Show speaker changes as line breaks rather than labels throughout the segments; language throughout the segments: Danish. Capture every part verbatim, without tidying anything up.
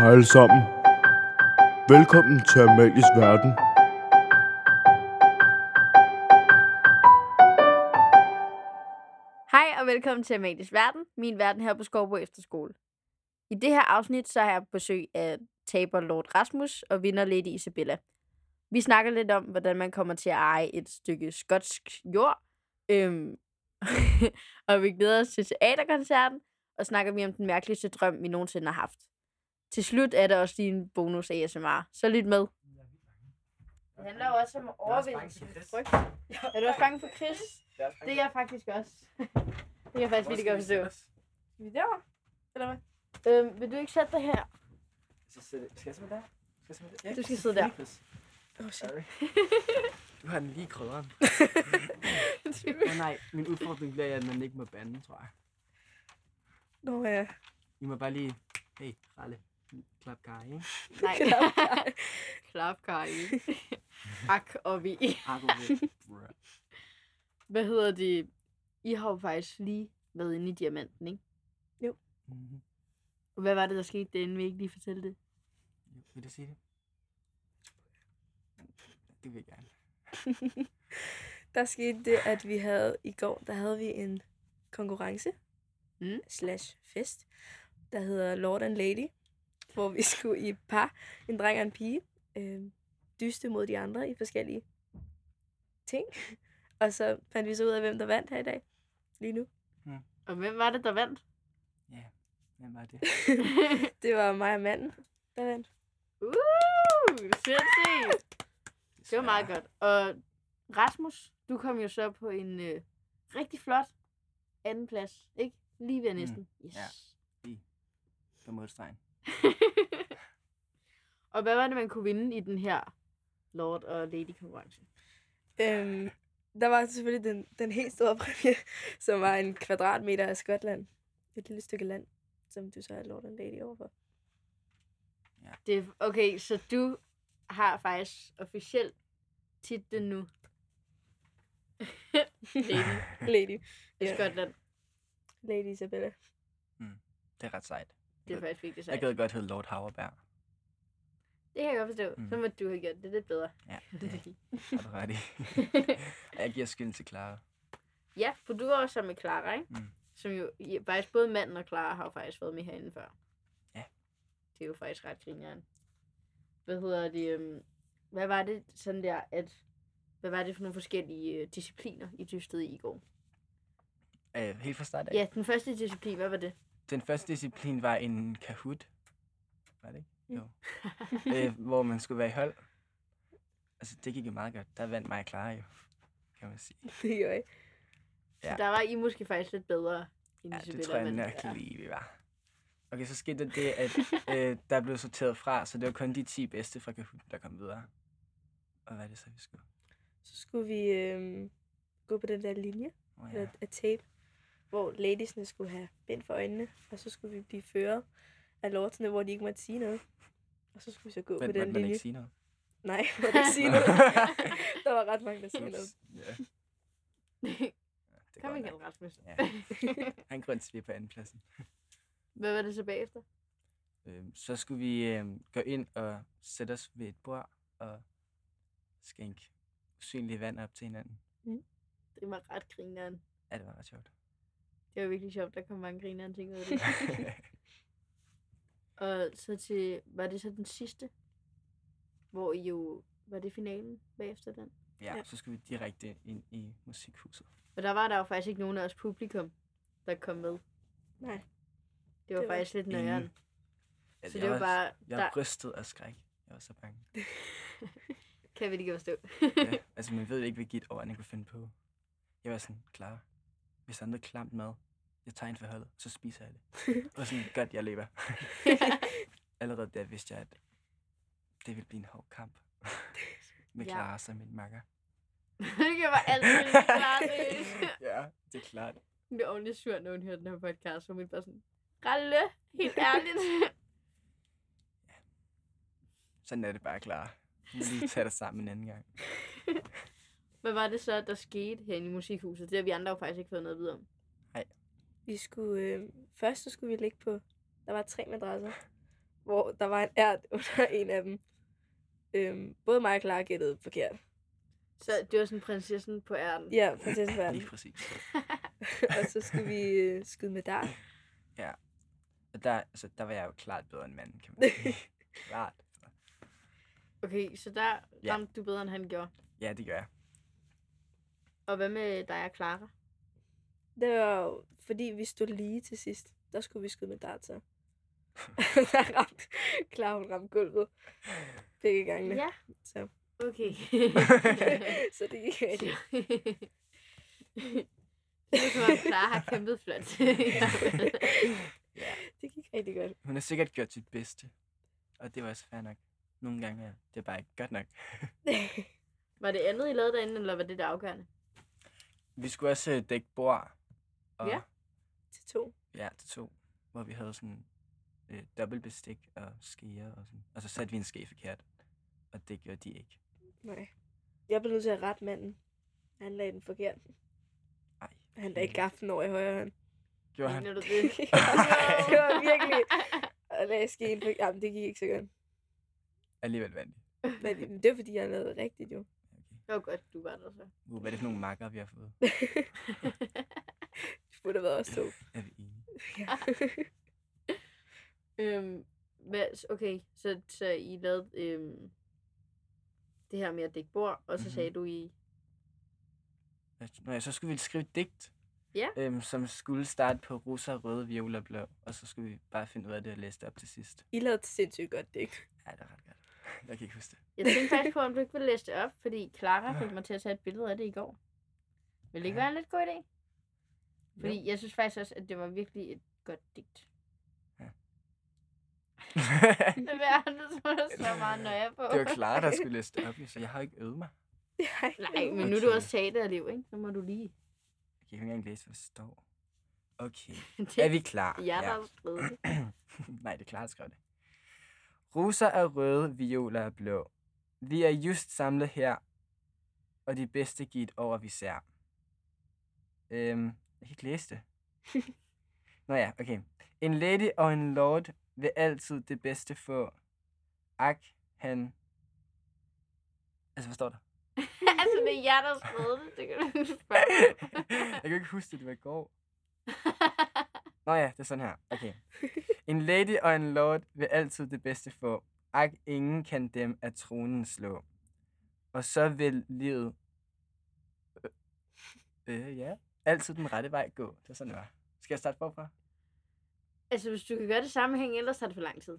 Hej alle sammen. Velkommen til Amalies Verden.
Hej og velkommen til Amalies Verden, min verden her på Skovbo Efterskole. I det her afsnit så har jeg besøg af taber Lord Rasmus og vinder Lady Isabella. Vi snakker lidt om, hvordan man kommer til at eje et stykke skotsk jord. Øhm, og vi glæder os til teaterkoncerten, og snakker vi om den mærkeligste drøm, vi nogensinde har haft. Til slut er der også lige en bonus A S M R, så lyt med. Det handler jo også om overvindelse af frygt. Er du også bange for Chris? Det er jeg faktisk også. Det kan jeg faktisk virkelig godt forstå. Skal vi derovre? Eller hvad? Øhm, vil du ikke sætte dig her?
Skal jeg sidde der? Skal jeg sidde der? Ja,
Du skal sidde der.
Oh, sorry. Du har den lige krydderen. oh, nej, min udfordring bliver, at man ikke må bande, tror jeg.
Nå ja.
I må bare lige... Hey, Ralle. Klap Kari, ikke?
Nej. Klap Kari. Ak og vi.
Ak og vi.
Hvad hedder det? I har jo faktisk lige været inde i Diamanten, ikke?
Jo.
Mm-hmm.
Og hvad var det, der skete derinde? Vil I ikke lige fortælle det?
Jo, vil du sige det? Det vil jeg gerne.
Der skete det, at vi havde i går, der havde vi en konkurrence
mm.
slash fest, der hedder Lord and Lady, hvor vi skulle i par, en dreng og en pige, øh, dyste mod de andre i forskellige ting. Og så fandt vi så ud af, hvem der vandt her i dag, lige nu.
Mm.
Og hvem var det, der vandt?
Ja, yeah. Hvem var det?
Det var mig og manden, der vandt.
Uh, sindssygt! Det var meget godt. Og Rasmus, du kom jo så på en øh, rigtig flot anden plads, ikke? Lige ved næsten.
Mm.
Yes.
Ja, lige på målstregen.
Og hvad var det, man kunne vinde i den her Lord og Lady konkurrence?
Øhm, der var selvfølgelig den, den helt store præmie, som var en kvadratmeter af Skotland. Et lille stykke land, som du så er Lord and Lady overfor.
Ja. Det, okay, så du har faktisk officielt titlen nu. Lady.
Lady.
I Skotland.
Lady Isabella.
Mm. Det er ret sejt.
Det er faktisk virkelig sejt.
Jeg gad godt hedde Lord Hauerberg.
Det kan jeg godt forstå. Mm. Så må du have gjort det lidt bedre.
Ja, det har du ret i. Jeg giver skylden til Clara.
Ja, for du var også sammen med Clara, ikke?
Mm.
Som jo, faktisk både manden og Clara har jo faktisk været med herinde før.
Ja.
Det er jo faktisk ret grineren. Hvad hedder det? Um, hvad var det sådan der, at... Hvad var det for nogle forskellige uh, discipliner, I dystede i i går?
Øh, helt fra start af?
Ja, den første disciplin, hvad var det?
Den første disciplin var en Kahoot. Var det ikke? Jo. øh, hvor man skulle være i hold. Altså, det gik jo meget godt. Der vandt mig og Clara jo, kan man sige.
Det gjorde jeg.
Så ja. Der var I måske faktisk lidt bedre end
ja,
Isabella.
Det tror jeg nok ja. lige, vi var. Okay, så skete der det, at øh, der blev sorteret fra, så det var kun de ti bedste fra Kahoot, der kom videre. Og hvad er det så, vi skulle?
Så skulle vi øh, gå på den der linje
oh, ja.
af tape, hvor ladiesne skulle have bind for øjnene, og så skulle vi blive fører af lordsene, hvor de ikke måtte sige noget. Og så skulle vi så gå
Men,
på den
linje. Men
linje.
ikke sige noget?
Nej, må ikke sige noget. Der var ret mange, der siger noget.
Ja.
Ja, kom igen, Rasmus.
Ja. Han grønt til på anden pladsen.
Hvad var det så bagefter?
Øhm, så skulle vi øhm, gå ind og sætte os ved et bord og skænke usynlige vand op til hinanden.
Mm. Det var ret grineren.
Ja, det var ret sjovt.
Det var virkelig sjovt, der kom mange grineren ting ud af det. Og så til, var det så den sidste, hvor I jo, var det finalen bagefter den?
Ja, ja, så skulle vi direkte ind i musikhuset.
Og der var der jo faktisk ikke nogen af os publikum, der kom med.
Nej.
Det var, det var faktisk lidt nøjeren.
Ja,
så det var bare...
Jeg var rystet af skræk. Jeg var så bange.
Kan vi det ikke forstå?
Ja, altså man ved ikke, hvad givet over, jeg kunne finde på. Jeg var sådan, klar. Hvis der er noget klamt mad, jeg tager en for holdet, så spiser jeg det. Og sådan, godt, jeg lever. Allerede der vidste jeg, at det ville blive en hård kamp. Med Clara ja. Som min makker.
Det kan være altid klart.
Ja, det er klart.
Det er ordentligt surt, når hun hører den her podcast, hvor man bare sådan, Ralle, helt ærligt.
Ja. Sådan er det bare, Clara. Vi må lige tage det sammen en anden gang.
Hvad var det så, der skete herinde i musikhuset? Det har vi andre jo faktisk ikke fået noget at vide om.
Nej.
Vi skulle, øh, først så skulle vi ligge på, der var tre madrasser, hvor der var en ært under en af dem. Øhm, både mig og Clara gættede forkert.
Så det var sådan prinsessen på ærten.
Ja, prinsessen var
Lige præcis.
Og så skulle vi øh, skyde med dart.
Ja. Og der, altså, der var jeg jo klart bedre end manden, kan man sige. Klart.
Okay, så der
Ja.
ramte du bedre, end han gjorde.
Ja, det gør jeg.
Og hvad med dig og Clara?
Det var jo, fordi vi stod lige til sidst. Der skulle vi skyde med dart, så. Der ramte Clara, hun ramte gulvet. Begge gangene.
Ja,
Så.
okay.
Så det gik rigtig.
Det er som om Clara har kæmpet flot.
Ja.
Det gik rigtig godt.
Hun har sikkert gjort sit bedste. Og det var også fair nok. Nogle gange er det er bare ikke godt nok.
Var det andet, I lavede derinde, eller var det det afgørende?
Vi skulle også øh, dække bord. Og,
Ja.
Til to.
Ja, til to. Hvor vi havde sådan øh, dobbeltbestik og skeer og sådan. Og så satte vi en ske forkert. Og det gjorde de ikke.
Nej. Jeg blev nødt til at rette manden. Han lagde den forkert.
Ej.
Han lagde gaflen over i højre hånd.
Gjorde han?
Mener du det?
Det var virkelig... Og lagde skeen på... Jamen, det gik ikke så godt.
Alligevel vandt.
Men det var, fordi jeg lavede det rigtigt, jo.
Det var godt, du var der så.
Uh, hvad er det for nogle makker, vi har fået?
Det burde have været os to.
Er vi enige?
Ja.
øhm, hvad, okay, så, så I lavede øhm, det her med at dække bord, og så
Mhm.
sagde du I...
Nå ja, så skulle vi skrive et digt.
Ja.
Øhm, som skulle starte på rosa, røde, viola, blå. Og så skulle vi bare finde ud af det og læse det op til sidst.
I lavede et sindssygt godt digt.
Ja, det er ret godt. Jeg kan ikke huske det.
Jeg tænkte faktisk på, om du ikke ville læse det op, fordi Clara fik mig til at tage et billede af det i går. Vil det ikke
Ja.
være en lidt god idé? Fordi
Jo.
jeg synes faktisk også, at det var virkelig et godt digt. Det var andet, som der så meget nøje på.
Det var Clara, der skulle læse det op, så jeg har ikke øvet mig.
Nej, men nu er du
Okay.
også teaterelev, ikke? Så må du lige...
Jeg kan ikke engang læse, hvad der står. Okay.
Det
Er vi klar?
jeg, der har skrevet det.
Nej, det er Clara, der skrev det. Roser er røde, violer er blå. Vi er just samlet her, og de bedste givet over, vi ser. Øhm, jeg kan ikke læse det. Nå ja, okay. En lady og en lord vil altid det bedste få. Ak, han... Altså, hvad står der?
Altså, det er jeg, der har skrevet det. Det kan du ikke spørge.
Jeg kan ikke huske det, det var i går. Nå ja, det er sådan her. Okay. En lady og en lord vil altid det bedste få. Ak, ingen kan dem af tronen slå. Og så vil livet... Øh, øh, ja. Altid den rette vej gå. Det er sådan, det var. Skal jeg starte forfra?
Altså, hvis du kan gøre det sammenhæng, ellers tager det for lang tid.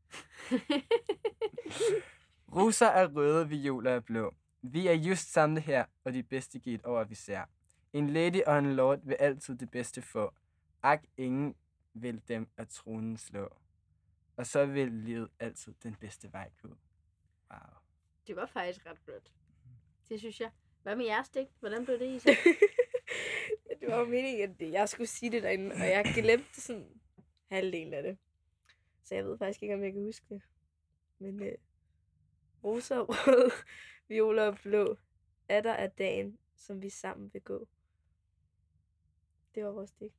Roser er røde, violer er blå. Vi er just samlet her, og de bedste givet over, vi ser. En lady og en lord vil altid det bedste få. Ak, ingen vil dem af tronen slå. Og så vil livet altid den bedste vej gå. Wow.
Det var faktisk ret flot. Det synes jeg. Hvad med jeres digt? Hvordan blev det, I sagde?
Det var jo meningen, at jeg skulle sige det derinde, og jeg glemte sådan halvdelen af det. Så jeg ved faktisk ikke, om jeg kan huske det. Men øh, rosa, rød, violer og blå er der af dagen, som vi sammen vil gå. Det var vores digt.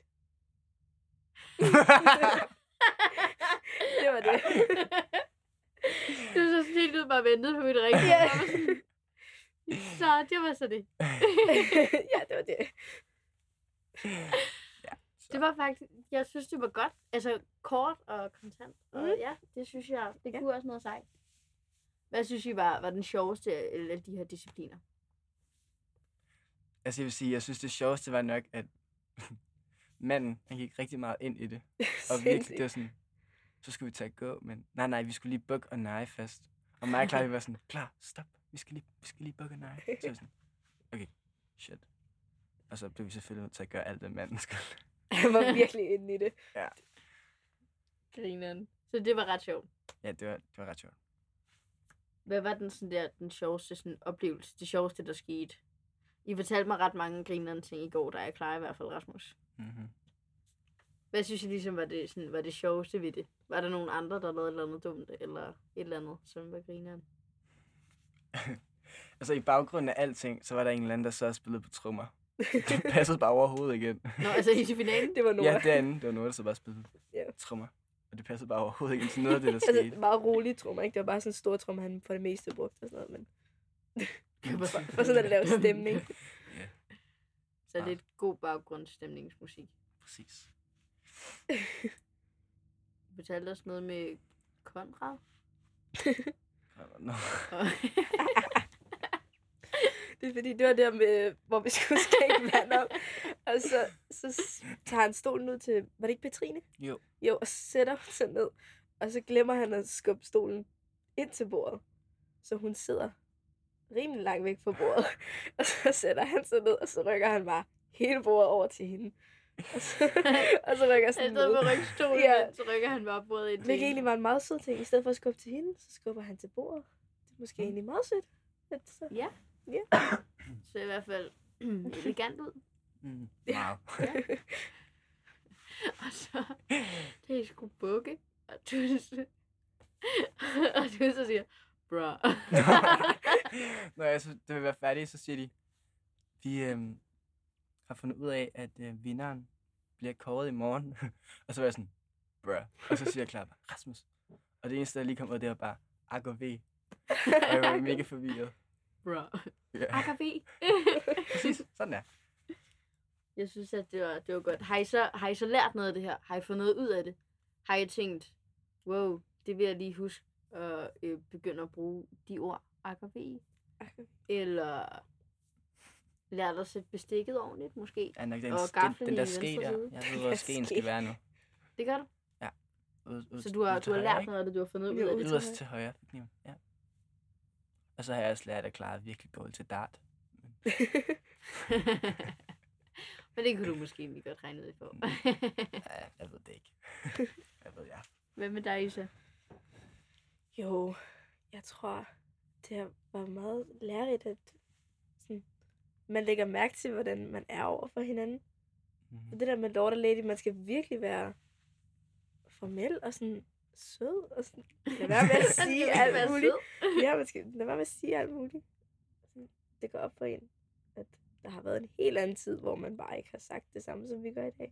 Det var det.
Det var så helt ud bare ventet på mit rigtige.
Ja.
Så det var så det.
Ja, det var det.
Ja, så.
Det var faktisk, jeg synes, det var godt. Altså kort og kontant. Og
Mhm.
ja, det synes jeg, det
Ja.
kunne også noget sejt. Hvad synes I var, var den sjoveste af alle de her discipliner?
Altså, jeg vil sige, jeg synes, det sjoveste var nok, at manden, han gik rigtig meget ind i det. Og virkelig, det var sådan, så skulle vi tage at gå, men nej, nej, vi skulle lige bukke og neje først. Og mig og Clara, vi var sådan, klar, stop, vi skal lige, vi skal lige bukke og neje. Så var vi sådan, okay, shit. Og så blev vi selvfølgelig nødt til at gøre alt, hvad manden skulle.
Han var virkelig inde i det.
Grineren. Så det var ret sjovt.
Ja, det var, det var ret sjovt.
Hvad var den, sådan der, den sjoveste sådan, oplevelse? Det sjoveste, der skete? I fortalte mig ret mange grinerende ting i går, der er klar i hvert fald, Rasmus.
Mm-hmm.
Hvad synes I ligesom var det, sådan, var det sjoveste ved det? Var der nogen andre, der lavede et eller andet dumt, eller et eller andet, som var grineren?
Altså, i baggrunden af alting, så var der en eller anden, der så spillede på trommer. Det passede bare overhovedet igen.
Nå, altså i finalen?
Det var Nora.
Ja, derinde, det var noget, der så bare spillede
Ja.
trommer. Og det passede bare overhovedet ikke til noget af det, der
Altså,
skete.
meget rolige trommer, ikke? Det var bare sådan en stor tromme, han for det meste brugte og sådan noget, men for, for sådan at lave stemning.
Ja,
Så
Ah.
lidt god baggrundsstemningsmusik.
præcis.
Du fortalte os noget med Konrad.
Nå.
Og
Det er fordi, det var der med, hvor vi skulle skænke vand op. Og så, så s- tager han stolen ud til, var det ikke Petrine?
Jo.
Jo, og så sætter hun sig ned. Og så glemmer han at skubbe stolen ind til bordet. Så hun sidder rimelig langt væk fra bordet. Og så sætter han sig ned, og så rykker han bare hele bordet over til hende. Og så, og så rykker
i
sådan
stedet for
ned.
at rykke stolen,
Ja.
ja. så rykker han bare både ind til
Hvilket
hende.
egentlig var en meget sød ting. I stedet for at skubbe til hende, så skubber han til bordet. Det er måske
Mm.
egentlig meget sødt. At så.
Ja.
Ja.
Så i hvert fald elegant ud.
Mm,
Ja.
meget.
Og så, det er sgu bukke. Og du, så- og du så siger, bra.
Når jeg så, det vil være færdigt, så siger de, vi øhm, har fundet ud af, at øh, vinderen bliver kåret i morgen. Og så var jeg sådan, bruh. Og så siger jeg klart, Rasmus. Og det eneste, der lige kom ud, det var bare, A K V. Og jeg var mega forvirret.
Bra.
Ja,
Akabi.
præcis. Sådan er.
Jeg synes, at det var, det var godt. Har I, så, har I så lært noget af det her? Har I fået noget ud af det? Har I tænkt, wow, det vil jeg lige huske at øh, begynde at bruge de ord, akabi? Eller lært at sætte bestikket ordentligt, måske?
Ja, nok den,
Og
den,
gaflen
den
i
der
venstre
ske der.
side.
Jeg ved, hvor skeen skal være nu.
Det gør du?
Ud, ud,
Så du har,
ud til
du har
højre,
lært
ikke?
noget af det, du har fundet ud
Jo,
af
ud
det?
til
Yderst til højre. på kniven, Ja. Og så har jeg også lært at klare virkelig dårligt til dart.
Men det kunne du måske egentlig godt regne ud på.
Ja, jeg ved det ikke. Jeg ved, ja.
Hvad med dig, Isa?
Jo, jeg tror, det har været meget lærerigt, at sådan, man lægger mærke til, hvordan man er over for hinanden.
Mm-hmm.
Og det der med Lord og Lady, man skal virkelig være formel og sådan sød. Og sådan, lad være med at sige
Skal vi
alt
være
muligt.
sød?
Ja, man skal lad være med at sige alt muligt. Sådan, det går op for en, at der har været en helt anden tid, hvor man bare ikke har sagt det samme, som vi gør i dag.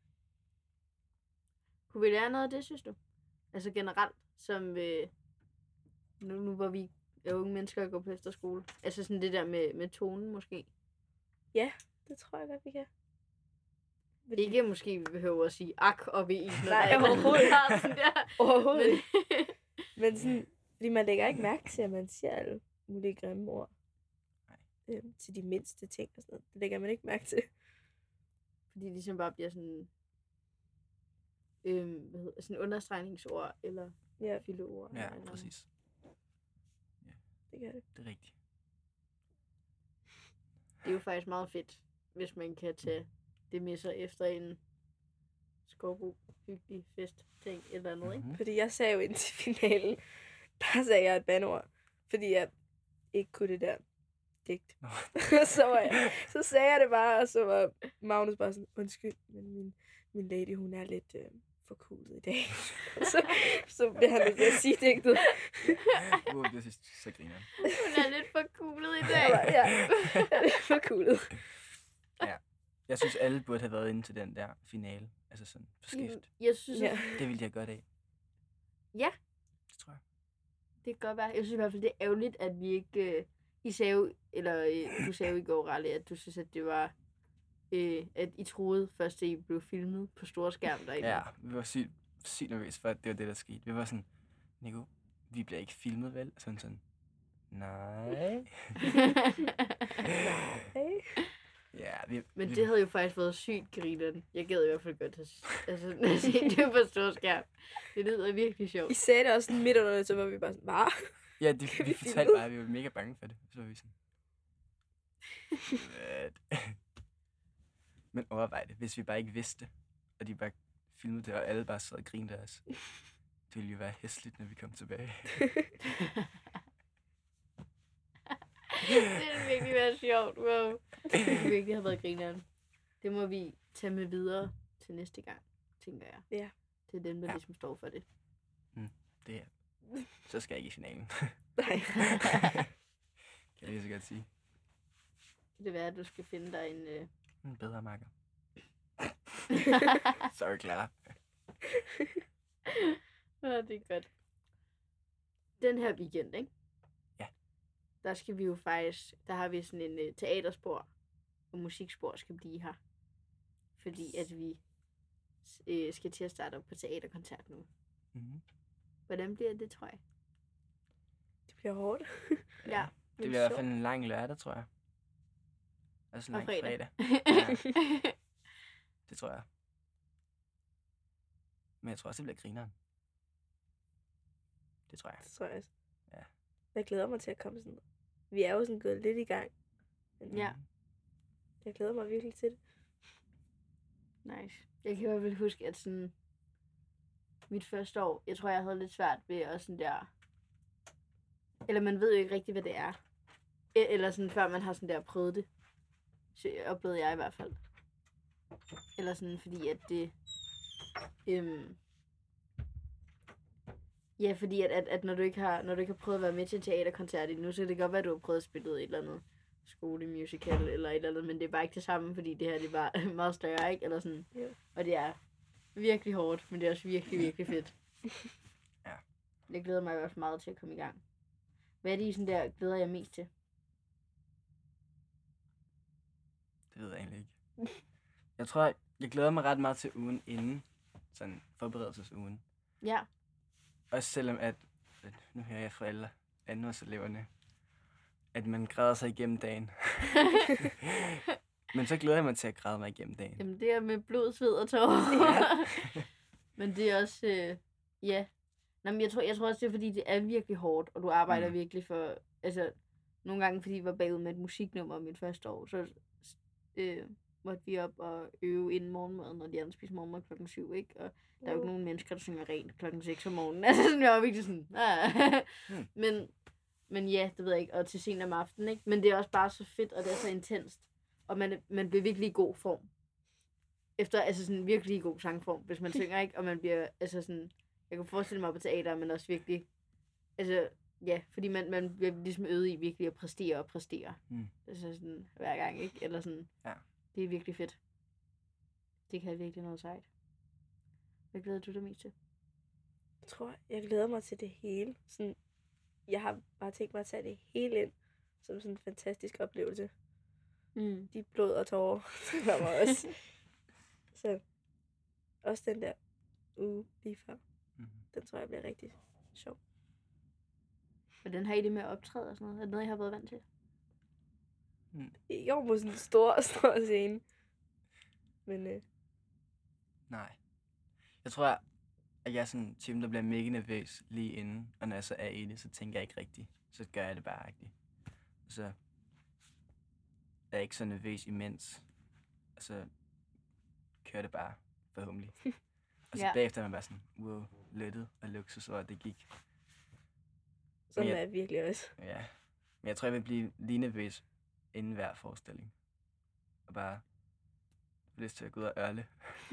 Kunne vi lære noget af det, synes du? Altså generelt, som øh, nu, nu hvor vi er unge mennesker og går på efterskole. Altså sådan det der med, med tonen måske.
Det tror jeg godt, vi kan.
Ikke måske, vi behøver at sige ak og vi.
Nej, overhovedet
ikke. Sådan der.
Overhovedet
Men,
ikke. Men sådan, fordi man lægger ikke mærke til, at man siger alle mulige grimme ord.
Nej.
Øhm, til de mindste ting og sådan noget. Det lægger man ikke mærke til.
fordi det ligesom bare bliver sådan, øhm, hvad hedder, sådan understregningsord eller
Ja,
fyldeord. eller
Ja,
noget.
præcis.
det gør det.
Det er rigtigt.
Det er jo faktisk meget fedt, hvis man kan tage det med sig efter en skovbo hyggelig fest ting eller noget, ikke?
Mhm.
Fordi jeg sagde jo ind til finalen, der sagde jeg et bandord. Fordi jeg ikke kunne det der digt.
Nå.
så, var jeg, så sagde jeg det bare, og så var Magnus bare sådan, undskyld, men min, min lady, hun er lidt øh, forkulet i dag. så, så bliver han nødt til at sige digtet.
Uh, det synes så griner.
Hun er lidt for kuglet i
Jeg
dag.
var, ja, jeg er lidt forkulet.
Jeg synes, alle burde have været inde til den der finale. Altså sådan, på skift.
Jeg synes,
Ja.
ja.
Det ville jeg godt af.
Ja.
Det tror jeg.
Det kan godt være. Jeg synes i hvert fald, det er ærgerligt, at vi ikke... Øh, I sagde jo, eller øh, du sagde jo i går, Ralle, at du synes, at det var... Øh, at I troede først, at I blev filmet på store skærm derinde.
Ja, vi var sygt, sygt nervøse for, at det var det, der skete. Vi var sådan, Nico, vi bliver ikke filmet, vel? Sådan sådan, nej.
Hey.
Ja, vi,
Men
vi,
det havde jo faktisk været sygt grineren. Jeg gad i hvert fald godt at, altså, at se det på store skærm. Det lyder virkelig sjovt.
I sagde det også sådan midt under det, så var vi bare sådan, bare.
Ja, de,
Kan
vi
vi
fortalte
filme?
bare, at vi var mega bange for det. Så var vi sådan, what? Men overvej det, hvis vi bare ikke vidste, og de bare filmede det, og alle bare sad og grinede af os. Det ville jo være hæsligt, når vi kom tilbage.
Det ville virkelig være sjovt. Wow. Det ville virkelig have været grineren. Det må vi tage med videre til næste gang, tænker jeg.
Ja.
Det er dem, der
Ja.
ligesom står for det.
Det er, så skal jeg ikke i finalen.
Nej.
Kan jeg lige så godt sige.
Det vil være, at du skal finde dig en... Øh...
En bedre marker. Sorry, Clara.
Ja, det er godt. Den her weekend, ikke?
Ja.
Der skal vi jo faktisk, der har vi sådan en uh, teaterspor og musikspor skal blive her. Fordi at vi uh, skal til at starte op på teaterkoncert nu.
Mm-hmm.
Hvordan bliver det, tror jeg?
Det bliver hårdt.
Ja.
Det
men
bliver i hvert
sjovt.
fald en lang lørdag, tror jeg. Altså en
Og
lang
fredag.
fredag. Ja, det tror jeg. Men jeg tror også, det bliver grineren. Det tror jeg.
Det tror jeg også.
Ja.
Jeg glæder mig til at komme sådan. Vi er jo sådan gået lidt i gang. Men
Ja.
Mhm.
jeg glæder mig virkelig til det.
Nice. Jeg kan i hvert fald huske, at sådan mit første år, jeg tror, jeg havde lidt svært ved at sådan der, eller man ved jo ikke rigtig, hvad det er. E- Eller sådan, før man har sådan der prøvet det. Så oplevede jeg i hvert fald. Eller sådan, fordi at det, øhm, ja, fordi at, at, at når, du ikke har, når du ikke har prøvet at være med til en teaterkoncert endnu, så kan det godt være, at du har prøvet at spille et eller andet skolemusical eller et eller andet, men det er bare ikke det samme, fordi det her det er bare meget større, ikke? Eller sådan.
Jo.
Og det er virkelig hårdt, men det er også virkelig, virkelig fedt.
Ja.
Jeg glæder mig i hvert fald meget til at komme i gang. Hvad er det, I sådan der glæder jeg mest til?
Det ved jeg egentlig ikke. Jeg tror, jeg glæder mig ret meget til ugen inden. Sådan forberedelsesugen.
Ja.
Også selvom at, at nu hører jeg fra alle andenårseleverne, at man græder sig igennem dagen. Men så glæder jeg mig til at græde mig igennem dagen.
Jamen, det er med blod, sved og tårer. Men det er også, øh, ja. Nå, men jeg tror, jeg tror også, det er, fordi det er virkelig hårdt, og du arbejder
Mm.
mm. virkelig for, altså, nogle gange, fordi vi var bagud med et musiknummer mit første år, så øh, måtte vi op og øve inden morgenmaden, og de andre spiser morgenmad klokken syv, ikke? Og der er jo ikke nogen mennesker, der synger rent klokken seks om morgenen. Altså, sådan, jeg var virkelig sådan, ah.
Mm.
men, men ja, det ved jeg ikke, og til sent om aftenen, ikke? Men det er også bare så fedt, og det er så intenst, og man, man bliver virkelig i god form. Efter, altså sådan virkelig i god sangform, hvis man synger, ikke? Og man bliver, altså sådan, jeg kan forestille mig på teater, men også virkelig, altså, ja, fordi man, man bliver ligesom øvet i virkelig at præstere og præstere.
Mm.
Altså sådan, hver gang, ikke? Eller sådan,
Ja.
det er virkelig fedt. Det kan virkelig noget sejt. Hvad glæder du dig mest til?
Jeg tror, jeg glæder mig til det hele. Sådan, jeg har bare tænkt mig at tage det hele ind som sådan en fantastisk oplevelse.
Mm.
De blod og tårer, der var også. Så også den der uge lige før.
Mm.
Den tror jeg bliver rigtig sjov.
Hvordan har I det med at optræde og sådan noget? Er det noget, I har været vant til?
Mm.
I år på sådan en stor, stor scene. Men øh,
Nej. Jeg tror, at jeg er sådan en typen, der bliver mega nervøs lige inden. Og når jeg så er i det, så tænker jeg ikke rigtigt. Så gør jeg det bare rigtigt. Og så er jeg ikke så nervøs imens. Og så kører det bare forhåbentlig. Og så
Ja.
bagefter er man bare sådan, wow, lettet og luksus, og det gik.
sådan
jeg-
er jeg virkelig også.
Ja. Men jeg tror, jeg vil blive lige nervøs inden hver forestilling. Og bare få lyst til at gå ud og ørle.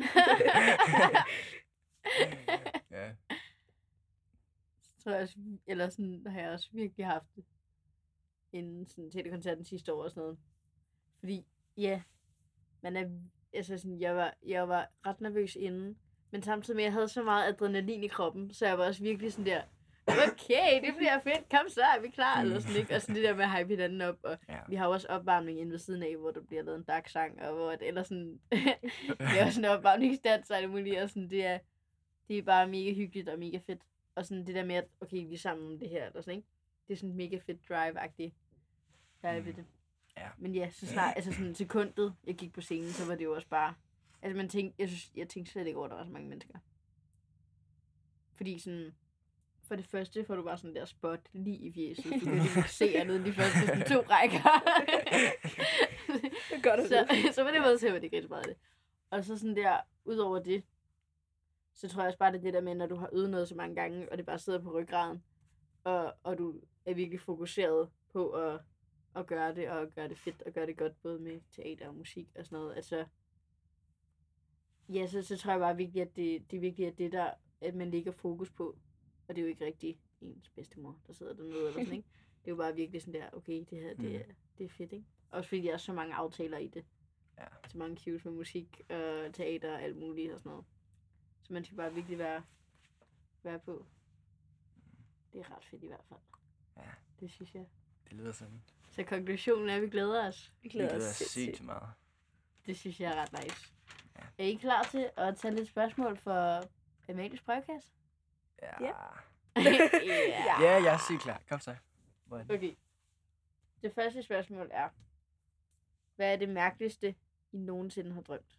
Ja.
Så tror jeg også, eller sådan har jeg også virkelig haft det. Inden sådan telekoncerten sidste år og sådan noget. Fordi, ja, man er, altså sådan, jeg var, jeg var ret nervøs inden. Men samtidig med, at jeg havde så meget adrenalin i kroppen, så jeg var også virkelig sådan der, okay, det bliver fedt, kom så, er vi klar, eller sådan, ikke? Og sådan det der med at hype hinanden op, og
Ja.
vi har jo også opvarmning inde ved siden af, hvor der bliver lavet en dark sang, og hvor det, eller sådan, det er også en opvarmningsdans, og alt muligt, og sådan, det er, det er bare mega hyggeligt og mega fedt. Og sådan det der med, at okay, vi er sammen om det her, eller sådan, ikke? Det er sådan mega fedt drive-agtigt, der er ved
Mm.
det.
Ja.
Men ja, så snart, altså sådan sekundet, jeg gik på scenen, så var det jo også bare, altså man tænkte, jeg, synes, jeg tænkte slet ikke over, at der var så mange mennesker. Fordi sådan, for det første får du bare sådan der spot lige i fjeset. Du kan ikke se andet end de første sådan, to rækker.
Det er godt at
så,
vide.
så på den måde ser man det rigtig meget af det. Og så sådan der, udover det, så tror jeg også bare, det er det der med, når du har øvet noget så mange gange, og det bare sidder på ryggraden, og, og du er virkelig fokuseret på at, at gøre det, og gøre det fedt, og gøre det godt, både med teater og musik og sådan noget. Altså, ja, så, så tror jeg bare virkelig, at det, det er vigtigt, at det der, at man lægger fokus på, og det er jo ikke rigtig ens bedstemor, der sidder dernede, eller sådan, ikke? Det er jo bare virkelig sådan der, okay, det her, det er, det er fedt, ikke? Også fordi der er så mange aftaler i det.
Ja.
Så mange cues med musik, og teater og alt muligt og sådan noget. Så man skal bare virkelig være være på. Det er ret fedt i hvert fald.
Ja,
Det synes jeg.
det lyder sådan.
Så konklusionen er, at vi glæder os.
Vi
Vi
glæder
glæder
os
os
sindssygt.
sygt meget.
Det synes jeg er ret nice.
Ja.
Er I klar til at tage lidt spørgsmål for Amalies brevkasse?
Ja.
Ja.
Ja.
Ja, jeg er sygt klar. Kom så. Hvor er den?
Okay. Det første spørgsmål er, hvad er det mærkeligste, I nogensinde har drømt?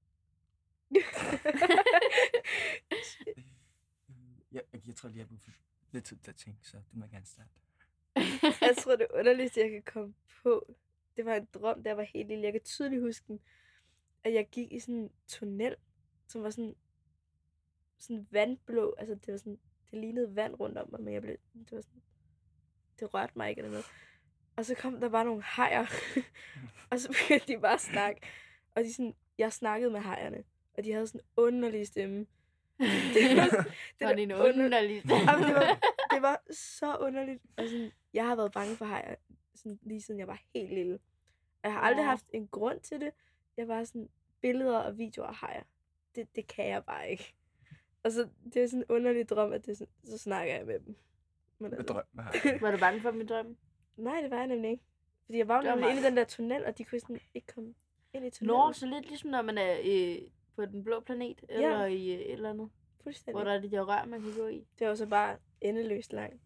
Jeg, jeg, jeg tror lige, jeg har brug for lidt tid til at tænke, så du må gerne starte.
Jeg tror, det underligste, jeg kan komme på, det var en drøm, der var helt lille. Jeg kan tydeligt huske den, at jeg gik i sådan en tunnel, som var sådan, sådan vandblå. Altså, det var sådan, det lignede vand rundt om mig, men jeg blev, det var sådan, det rørte mig ikke eller noget. Og så kom der bare nogle hajer, og så begyndte de bare at snakke. Og de sådan, jeg snakkede med hajerne, og de havde sådan en underlig stemme. Det var,
Det
det
var
der
din
under-
underlige
Jamen, det, var, det var så underligt. Og sådan, jeg har været bange for hajer, sådan, lige siden jeg var helt lille. Jeg har aldrig
Ja.
haft en grund til det. Jeg var sådan, billeder og videoer af hajer. Det, det kan jeg bare ikke. Og så det er sådan en underlig drøm, at det er sådan, så snakker jeg med dem. Men
Med drøm. Hvad har jeg?
Var du bange for min drøm?
nej, det var jeg nemlig ikke. Fordi jeg var jo
Det var
nemlig
mig.
inde i den der tunnel, og de kunne sådan ikke komme ind i tunnelen.
Nå, så lidt ligesom når man er øh, på den blå planet, eller i øh, et eller andet, hvor
Fuldstændig.
der er de der rør, man kan gå i.
Det var så bare endeløst langt.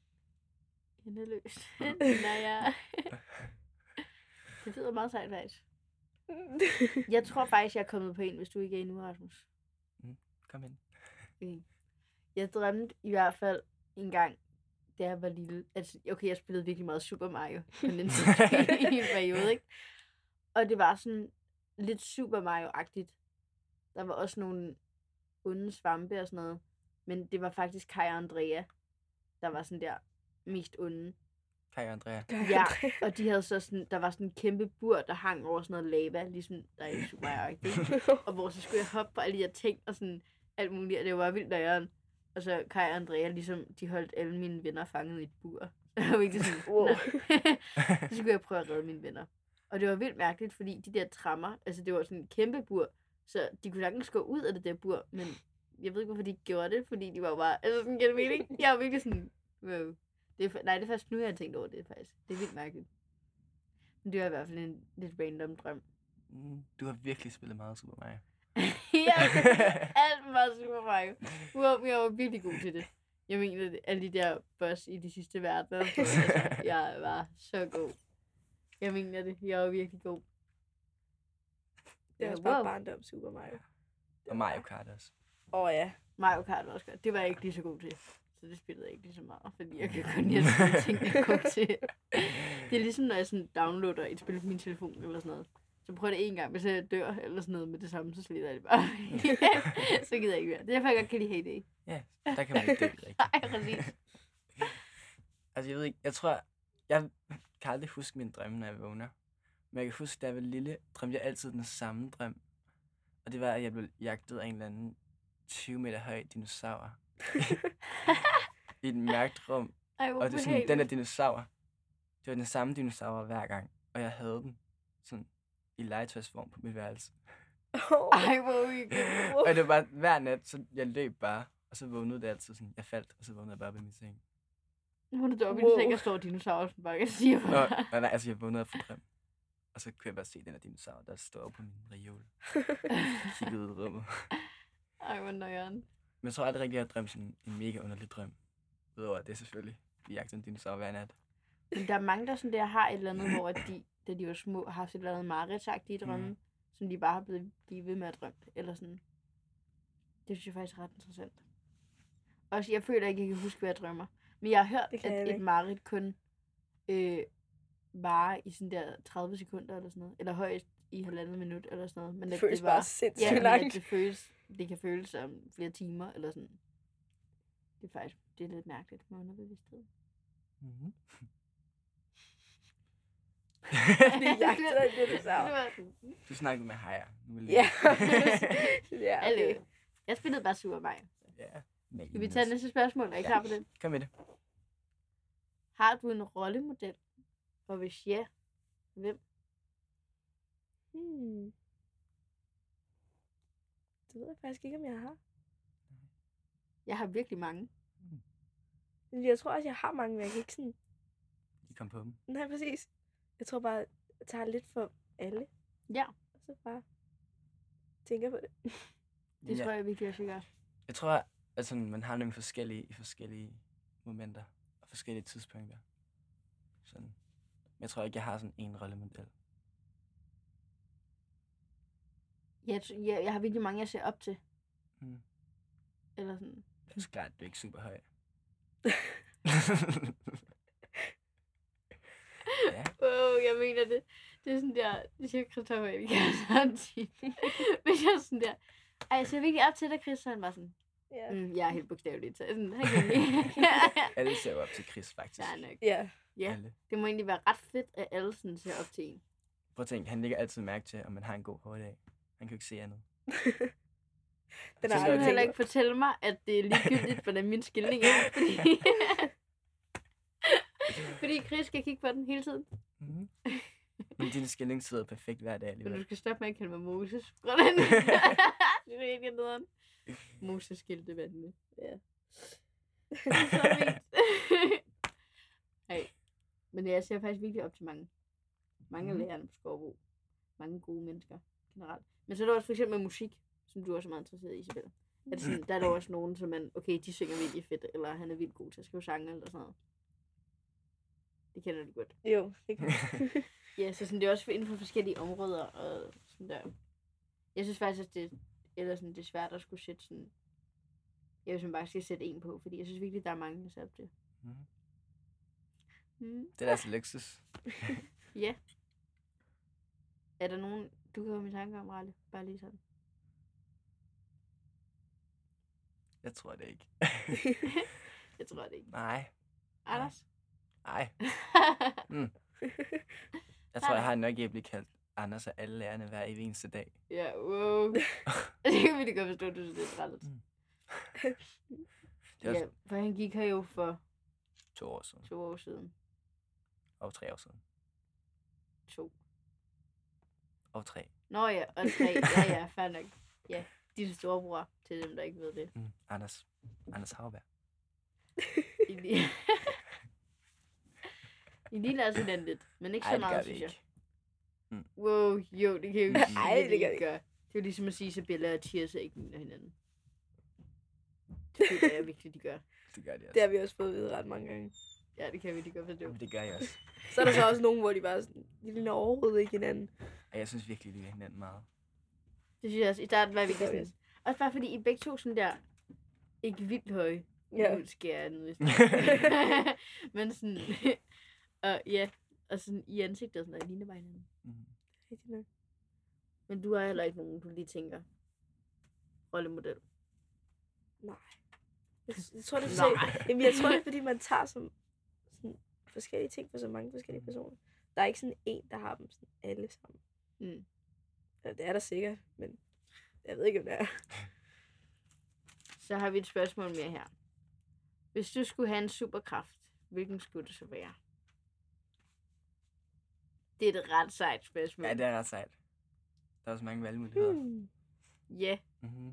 Endeløst. Nej, ja. Det lyder meget sejt, faktisk. Jeg tror faktisk, jeg er kommet på en, hvis du ikke er endnu, Rasmus.
Kom ind.
Okay. Jeg drømte i hvert fald en gang, da jeg var lille. Altså, okay, jeg spillede virkelig meget Super Mario på den tid i en periode, ikke? Og det var sådan lidt Super Mario-agtigt. Der var også nogle onde svampe og sådan noget. Men det var faktisk Kai og Andrea, der var sådan der mest onde.
Kai og Andrea.
Ja, og de havde så sådan, der var sådan en kæmpe bur, der hang over sådan noget lava, ligesom der er i Super Mario, ikke? Og hvor så skulle jeg hoppe på alle de her ting og sådan alt muligt, og det var vildt nøjeren. Og så Kai og Andrea, ligesom, de holdt alle mine venner fanget i et bur. Det var virkelig sådan,
Wow.
wow. Så skulle jeg prøve at redde mine venner. Og det var vildt mærkeligt, fordi de der trammer, altså det var sådan en kæmpe bur, så de kunne sagtens gå ud af det der bur, men jeg ved ikke, hvorfor de ikke gjorde det, fordi de var jo bare, altså sådan, giver det mening? Jeg var virkelig sådan, wow. Det er, fa- nej, det er først nu, jeg har tænkt over det, faktisk. Det er vildt mærkeligt. Men det var i hvert fald en lidt random drøm.
Mm, Du har virkelig spillet meget Super Mario.
Ja, alt var Super Mario. Wow, jeg var virkelig god til det. Jeg mener, det- alle de der boss i de sidste verdener, altså, jeg var så god. Jeg mener det, jeg var virkelig god.
Det er
Ja,
også bare
wow.
barndom Super Mario.
Og Mario Kart også.
Åh oh, ja.
Mario Kart var også godt. Det var jeg ikke lige så god til. Så det spillede jeg ikke lige så meget, fordi jeg kan kun lide at spille ting, jeg er god til. Det er ligesom, når jeg sådan downloader et spil på min telefon eller sådan noget. Så prøver jeg det en gang, hvis jeg dør eller sådan noget med det samme, så slider jeg det bare. Så gider jeg ikke mere. Det er derfor, jeg godt kan lide Heyday.
Ja, der kan man ikke dø rigtigt.
Nej, præcis.
Altså, jeg ved ikke, jeg tror, jeg kan aldrig huske min drømme, når jeg vågner. Men jeg kan huske, da jeg var lille, drømte jeg altid den samme drøm. Og det var, at jeg blev jagtet af en eller anden tyve meter høj dinosaur. I et mørkt rum.
Ej, hvor
Og det er sådan, den der
behageligt.
dinosaur, det var den samme dinosaur hver gang. Og jeg havde den sådan i legetøjsform på mit værelse.
Oh.
Ej, hvor hyggeligt.
Og det var bare hver nat, så jeg løb bare. Og så vågnede det altid sådan, jeg faldt, og så vågnede jeg bare ved min seng.
Nu er det oppe i
Wow.
en seng, og står dinosaurer, som bare kan sige
Og,
mig.
og nej, altså jeg vågnede af for drøm. Og så kunne jeg bare se den her dinosaur, der står på min reol. Kiggede ud i rummet.
Ej, hvor nøjeren.
Men jeg tror aldrig rigtig, jeg har drømt sådan en mega underlig drøm. Udover at det er selvfølgelig, vi jagter en dinosaur hver nat.
Men der er mange, der sådan der har et eller andet, hvor at de, da de var små, har haft et eller andet mareridtsagtige drømme,
Mm.
mm. som de bare har blevet blive ved med at drømme. Eller sådan. Det synes jeg faktisk er ret interessant. Også, jeg føler ikke, jeg kan huske, hvad jeg drømmer. Men jeg har hørt,
Det kan jeg
at
ikke.
et mareridt kun øh, varer i sådan der tredive sekunder eller sådan noget. Eller højst i halvandet minut eller sådan noget. Men
Det
at
føles
det
bare
var,
sindssygt
ja, men at
langt.
det, føles, det kan føles som flere timer eller sådan. Det er faktisk det er lidt mærkeligt med underbevidsthed.
Mm-hmm.
Vi jagter en dinosaur.
Det var sådan,
Du snakkede med hajer. Nu vil
Ja.
jeg-
ja,
Alle.
okay.
Jeg spillede bare Super Mario.
Ja.
Skal vi tage næste spørgsmål? Er I klar på det?
Kom med det.
Har du en rollemodel? Og hvis ja, hvem?
Hmm. Det ved jeg faktisk ikke, om jeg har.
Jeg har virkelig mange.
Jeg tror også, jeg har mange, men jeg kan ikke sådan...
De kom på dem.
Nej, præcis. Jeg tror bare, jeg tager lidt for alle.
Ja.
Og så bare tænker på det.
Det
Ja.
tror jeg virkelig også, jeg gør.
Jeg tror, at sådan, man har nogle forskellige i forskellige momenter og forskellige tidspunkter. Sådan. Men jeg tror ikke, jeg har sådan en rollemodel.
Jeg, tr- jeg, jeg har virkelig mange, jeg ser op til.
Mm.
Eller sådan.
Det er så klart, du er ikke super høj. Ja.
Wow, jeg mener det. Det er sådan der, det siger Christoffer, jeg kan sådan sige. Men jeg er sådan der, ej, jeg ser virkelig op til dig, Chris, så han var sådan,
Ja.
mm, jeg er helt bogstaveligt, så jeg er sådan, han kan lide.
Alle ser jo op til Chris, faktisk.
Ja, nok.
Ja.
Ja,
Alle.
det må egentlig være ret fedt, at alle sådan ser op til en.
Prøv at tænke, han lægger altid mærke til, om man har en god hårdag. Han kan jo ikke se andet.
Den
Så
har
skal
Så
jeg
kan du
aldrig
heller
tænkt
ikke fortælle mig, at det er ligegyldigt, hvordan min skilning er, fordi... fordi Chris skal kigge på den hele tiden.
Mm-hmm. Men din skilling sidder perfekt hver dag
Men du
alligevel.
skal stoppe med at kalde mig Moses. Hvordan? Det er ikke nederen. Moses skilte vandene. Ja. Det er så fint. Hey. Men jeg ser faktisk virkelig op til mange. Mange af
Mhm.
lærerne på Skovbo. Mange gode mennesker generelt. Men så er der også for eksempel med musik, som du også er meget interesseret i, Isabella. Er det sådan, der er der også nogen, som man, okay, de synger virkelig fedt, eller han er vildt god til at skrive sange, eller sådan noget. Det kender du godt.
Jo, det kan
Ja, så sådan, det er også inden for forskellige områder, og sådan der. Jeg synes faktisk, at det, eller sådan, det er svært at skulle sætte sådan, jeg vil sådan bare skal sætte en på, fordi jeg synes virkelig, der er mange, der ser op til.
Mhm.
Mm.
Det er da altså luksus.
Ja. Er der nogen, du kan komme i tanke om, Ralle? Bare lige sådan.
Jeg tror det ikke.
Jeg tror det ikke.
Nej.
Anders?
Nej. Mm. Jeg tror, jeg har nok ikke blive kaldt Anders af alle lærerne hver evig eneste dag.
Ja, wow. Det kan vi da godt forstå, at du synes, det er træls.
Mm. Det er også
Ja, for han gik her jo for
to år siden.
to år siden.
Og tre år siden.
To.
Og tre.
Nå ja, og tre. Ja, ja, fair nok. Ja, din storebror, til dem, der ikke ved det.
Mm. Anders. Anders Havberg.
I lige... I ligner altså hinanden lidt, men ikke
Ej,
så
det gør
meget,
vi
synes jeg.
ikke.
Wow, jo, det kan jo ikke sige,
Ej,
at
det gør
de
vi
gør. Det er jo ligesom at sige, at Isabella og Tirsa ikke ligner hinanden. Det føler jeg virkelig, de gør.
Det gør de også.
Det har vi også fået at vide ret mange gange.
Ja, det kan vi de godt forstå.
Men det gør jeg også.
Så er der så også nogen, hvor de bare sådan, de ligner overhovedet ikke hinanden.
Og jeg synes virkelig, de ligner hinanden meget.
Det synes jeg også. I starten var vi
Det gør vi
sådan... Også bare fordi I begge to sådan der... Ikke vildt høje.
Ja.
Nu skal jeg ned i Men sådan... og ja, og sådan i ansigtet og sådan der, I ligner bare hinanden.
Mm.
Rigtig nok.
Men du er heller ikke nogen, du lige tænker... Rollemodel.
Nej. Jeg, jeg tror, det er,
Nej.
så, jamen, jeg tror, det er, fordi man tager som, sådan, forskellige ting for så mange forskellige personer. Der er ikke sådan en, der har dem sådan alle sammen.
Mm.
Ja, det er der sikkert, men jeg ved ikke, om det er.
Så har vi et spørgsmål mere her. Hvis du skulle have en superkraft, hvilken skulle det så være? Det er et ret sejt spørgsmål.
Ja, det er ret sejt. Der er også mange valgmuligheder.
Hmm.
Ja.
Mm-hmm.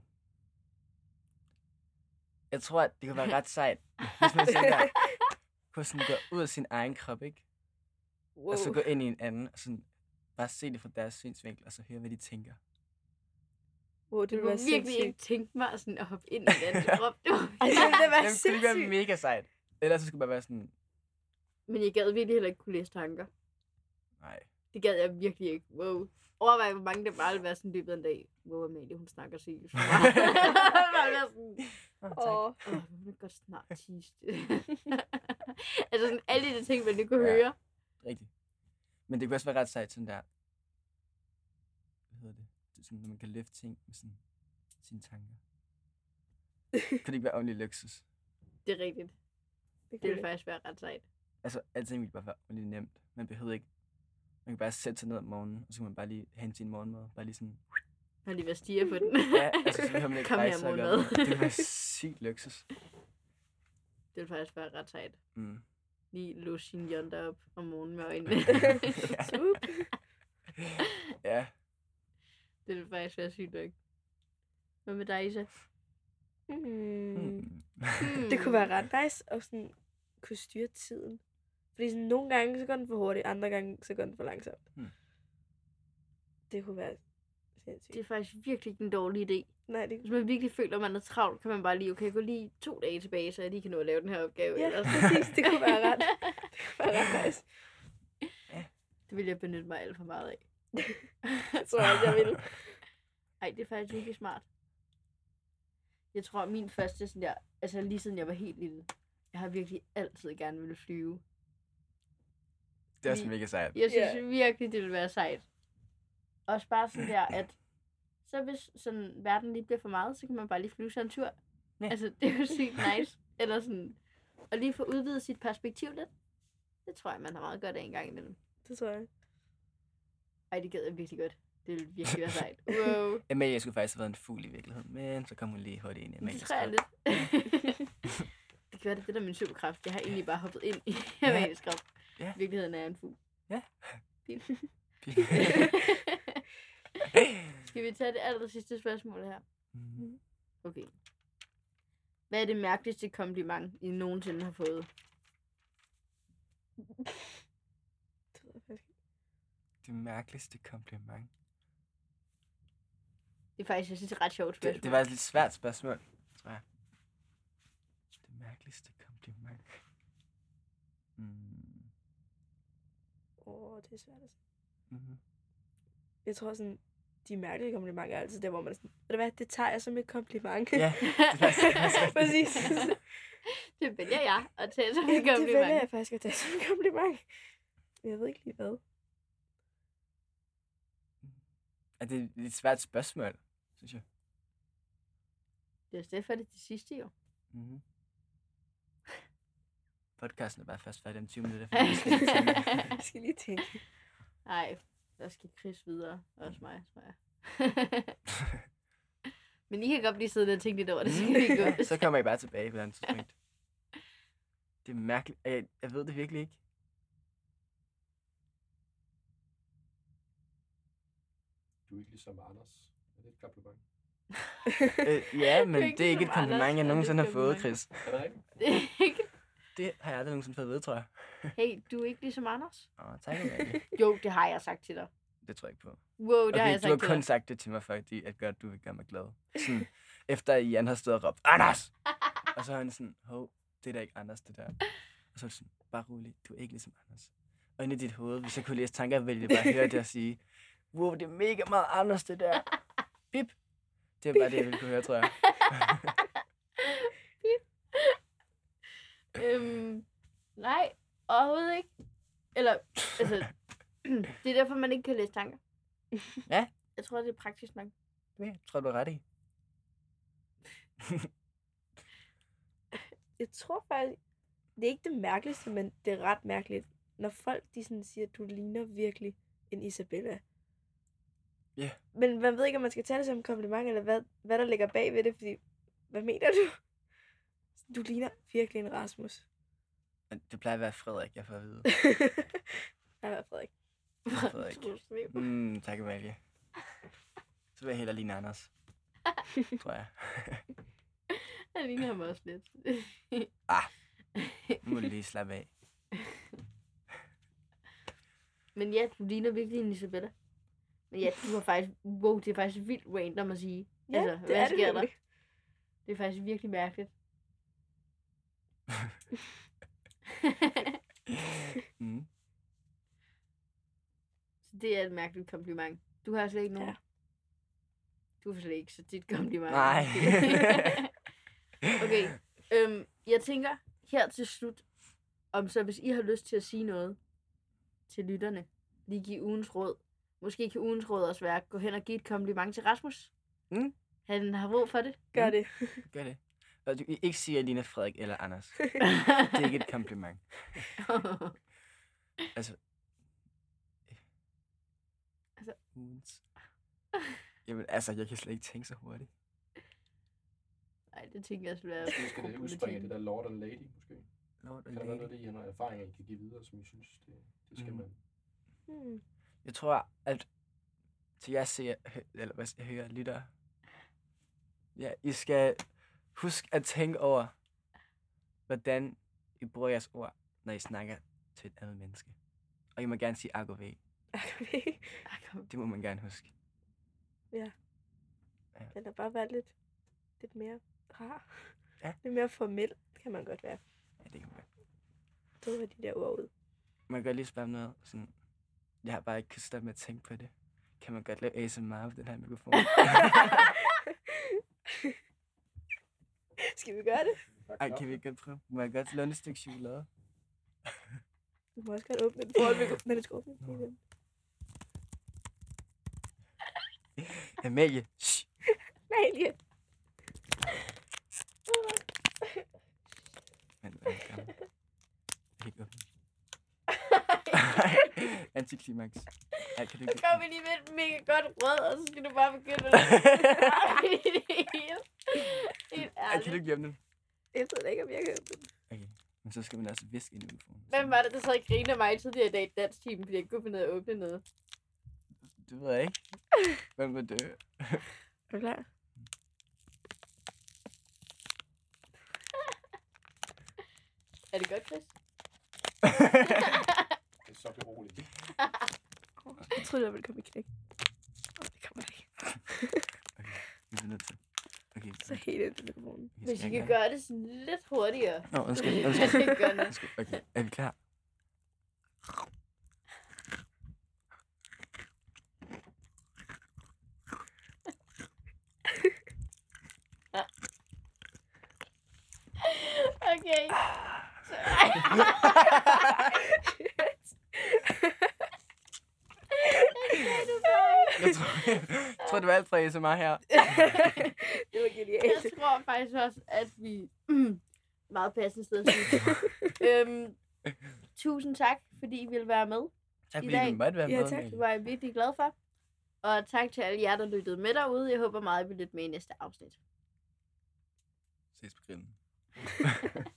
Jeg tror, at det kunne være ret sejt, hvis man sådan der, kunne sådan gå ud af sin egen krop, ikke?
Wow.
Og så gå ind i en anden, og sådan bare se det fra deres synsvinkel, og så høre, hvad de tænker.
wow, det
Du
ville
kunne
være
virkelig
sindssygt.
ikke tænke mig sådan at hoppe ind i den anden krop. Du.
Altså, det ville være
Jamen, skulle det ikke være
sindssygt.
mega sejt? Ellers så skulle det bare være sådan,
Men jeg gad virkelig heller ikke kunne læse tanker.
nej.
Det gad jeg virkelig ikke. Wow. Overvej, hvor mange der bare ville være sådan løbet af en dag. Wow, Amalie, hun snakker seriøst. Bare være sådan,
Oh, tak.
Åh,
åh, hun vil godt snart tisse. Altså sådan alle de ting, man lige kunne
Ja.
høre.
Rigtigt. Men det kunne også være ret sejt sådan der, hvad hedder det? Det er sådan, når man kan løfte ting med sådan, sine tanker. Kunne det ikke være ordentlig luksus?
Det er rigtigt.
det
Det
kunne
ville
det.
faktisk være ret sejt.
Altså, alting ville bare være ordentlig nemt. Man behøvede ikke, man kan bare sætte sig ned om morgenen, og så kan man bare lige hente sin morgenmad. Bare lige sådan,
Har lige været stiger på den.
ja, altså så behøver man ikke
Kom her,
rejse sig og gøre
morgenmad.
noget. Det ville være sygt luksus.
Det ville faktisk være ret sejt.
Mm.
Lige låse sin yonder op om morgenen med øjnene.
Swoop.
Ja,
Det ville faktisk være sygt nok. Hvad med dig, Isa?
Hmm.
mm.
Hmm.
Det kunne være ret nice at sådan kunne styre tiden. Fordi sådan, nogle gange, så går den for hurtigt, andre gange, så går den for langsomt.
Hmm.
Det kunne være sindssygt.
Det er faktisk virkelig ikke en dårlig idé.
Nej, det
Hvis man virkelig føler, at man er travlt, kan man bare lige, okay, gå lige to dage tilbage, så jeg lige kan nå at lave den her opgave.
Ja,
ellers.
præcis. Det kunne være ret, det kunne være ret nice.
Det vil jeg benytte mig alt for meget af.
Det tror jeg også, jeg vil.
Ej, det er faktisk virkelig smart. Jeg tror, at min første sådan der, altså lige siden jeg var helt lille, jeg har virkelig altid gerne ville flyve.
Det er også
Vi-
mega sejt.
Jeg synes
Ja.
yeah. virkelig, det ville være sejt. Også bare sådan der, at så hvis sådan verden lige bliver for meget, så kan man bare lige flyve sig en tur.
Ja.
Altså, det er jo sygt nice. Eller sådan, og lige få udvidet sit perspektiv lidt. Det tror jeg, man har meget godt af en gang imellem.
Det tror jeg.
Ej, det gad jeg virkelig godt. Det ville virkelig være sejt. Wow.
Amalie skulle faktisk have været en fugl i virkeligheden, men så kom hun lige hurtigt ind i
Det
Amalies
tror jeg
krop.
lidt. det kan være, det er det der er min superkraft. Jeg har egentlig bare hoppet ind i Amalies krop.
Ja.
I virkeligheden er jeg en fugl.
Ja.
Pip. Skal vi tage det aller sidste spørgsmål her?
Mhm.
Okay. Hvad er det mærkeligste kompliment, I nogensinde har fået?
Det ved jeg faktisk ikke.
Det mærkeligste kompliment.
Det er faktisk, jeg synes, det er et ret sjovt spørgsmål.
Det, det var et lidt svært spørgsmål, tror jeg. Det mærkeligste kompliment. Mm.
Åh, oh, det er svært at sige.
Mm-hmm.
Jeg tror sådan, de mærkelige komplimenter er altid der, hvor man er sådan, ved du hvad, det tager jeg som et kompliment.
Ja, det er faktisk, det er faktisk rigtigt.
Præcis.
det vælger jeg at tage som
Ja,
et
det vælger
kompliment.
jeg faktisk at tage som et kompliment. Men jeg ved ikke lige hvad.
Er det et lidt svært spørgsmål, synes jeg.
Det er derfor, det er det sidste jo.
Mm-hmm. Podcasten er bare først færdig om tyve minutter. For jeg skal lige tænke.
Jeg skal lige tænke.
Nej, der skal Chris videre. Også mig, tror jeg. Men I kan godt blive siddende og tænke lidt over det, så kan vi gå.
Så kommer I bare tilbage på den tidspunkt. Det er mærkeligt. Jeg, jeg ved det virkelig ikke.
Du er ikke ligesom Anders. Er det et kompliment?
Øh, ja, men
ikke
det er ikke et
ligesom Anders,
kompliment, jeg
og det er
nogensinde
et
har fået,
kompliment.
Chris.
Er det rigtigt?
Det er ikke...
Det har jeg aldrig nogensinde fået at vide, tror jeg.
Hey, du er ikke ligesom Anders?
Åh, tak, Amalie.
Jo, det har jeg sagt til dig.
Det tror jeg ikke på.
Wow, det har
Okay,
jeg
du har
sagt til
kun
dig.
sagt det til mig, fordi at godt, du vil gøre mig glad. Sådan, efter Jan har stået og råbt, Anders! Og så er han sådan, hov, det er da ikke Anders, det der. Og så er det sådan, bare rolig, du er ikke ligesom Anders. Og inde i dit hoved, hvis jeg kunne læse tanker, ville jeg bare høre det og sige, wow, det er mega meget Anders, det der. Bip. Det er bare det, jeg ville kunne høre, tror jeg.
Øhm, nej, overhovedet ikke. Eller, altså, det er derfor, man ikke kan læse tanker.
Ja.
Jeg tror, det er praktisk nok.
Ja, tror du er ret i.
Jeg tror faktisk, det er ikke det mærkeligste, men det er ret mærkeligt, når folk de sådan siger, at du ligner virkelig en Isabella.
Ja. Yeah.
Men man ved ikke, om man skal tage det som en kompliment, eller hvad, hvad der ligger bag ved det, fordi, hvad mener du? Du ligner virkelig en Rasmus.
Men det plejer at være Frederik, jeg får at vide.
Jeg har Frederik.
Frederik.
Troels Slev.
Mm, tak, Amalie. Så vil jeg hellere ligne Anders. Tror jeg.
Han ligner ham også lidt.
Nu må du lige slappe af.
Men ja, du ligner virkelig en Isabella. Men ja, du har faktisk... Wow, det er faktisk vildt random at sige.
Ja,
altså,
det
hvad
er det
sker der?
virkelig.
Det er faktisk virkelig mærkeligt.
Mm.
Så det er et mærkeligt kompliment. Du har slet ikke nogen.
Ja.
Du har slet ikke så dit kompliment.
Nej.
Okay, øhm, jeg tænker her til slut, om så hvis I har lyst til at sige noget til lytterne, lige give ugens råd. Måske kan ugens råd også være at gå hen og give et kompliment til Rasmus.
Mm.
Han har brug for det.
Gør det.
Gør det. Og du kan ikke sige, at jeg ligner Frederik eller Anders. Det er ikke et kompliment. Altså...
Altså-
Ugens... Jamen, altså, jeg kan slet ikke tænke så hurtigt.
Nej, det tænker jeg skulle være.
Måske skal det udspringe af det der Lord and Lady, måske.
Lord
Kan der være noget, det I har nogle erfaringer, I kan give videre, som I synes, det, det skal
Mm.
man...
Hmm.
Jeg tror, at til jeg ser, hø- eller hvad jeg hører, lytter, ja, I skal huske at tænke over, hvordan I bruger jeres ord, når I snakker til et andet menneske. Og I må gerne sige agave.
Okay.
Det må man gerne huske.
Eller bare være lidt, lidt mere rar.
Ja.
Lidt mere formel, kan man godt være.
Ja, det kan man godt.
Så var de der ord ud.
Man kan godt lige spørge om noget. Sådan, jeg har bare ikke kunnet stoppe med at tænke på det. Kan man godt lave A S M R på den her mikrofon?
Skal vi gøre det?
Ej, kan vi ikke godt prøve? Må jeg godt låne et stykke chokolade?
Du må også godt åbne den foran mikrofonen. Men det skal åbne den.
Amalie. Shh.
Nej, lige.
Men, hvad er gammel? Helt åbne. Antiklimaks. Ej, kan du
Så
ikke...
kommer vi lige med et mega godt rød, og så skal du bare begynde at... Helt
Ej, kan du
ærligt.
ikke åbne den?
Jeg ved ikke, om jeg kan åbne den.
Okay. Men så skal man altså viske ind i mikrofonen.
Hvem var det, der så grinede af mig tidligere i dag i dansk team, fordi jeg ikke kunne finde ud af at åbne noget?
Det ved jeg ikke. Hvem vil dø?
Er du klar?
Er det godt, Chris?
Det er så beroligende.
Jeg troede, jeg ville komme i knæk. Åh, det kommer ikke.
Okay, vi er nødt til. Okay,
Så helt ind til mikrofonen.
okay,
Hvis I
skal
kan
jeg
gøre det sådan lidt hurtigere.
Nå, undskyld,
Ja,
undskyld.
det gør noget.
undskyld. Okay, er vi klar?
Okay. Så...
Jeg tror, jeg tror, det var alt fra A S M R her.
Det var genialt.
Jeg tror faktisk også, at vi... meget passende sted at sige. øhm, tusind tak, fordi I ville være med.
Tak
I
fordi
dag-
du måtte være
Ja,
med.
tak.
Amalie.
Det var jeg virkelig glad for. Og tak til alle jer, der lyttede med derude. Jeg håber meget, I vil lytte med i næste afsnit.
Ses på grillen.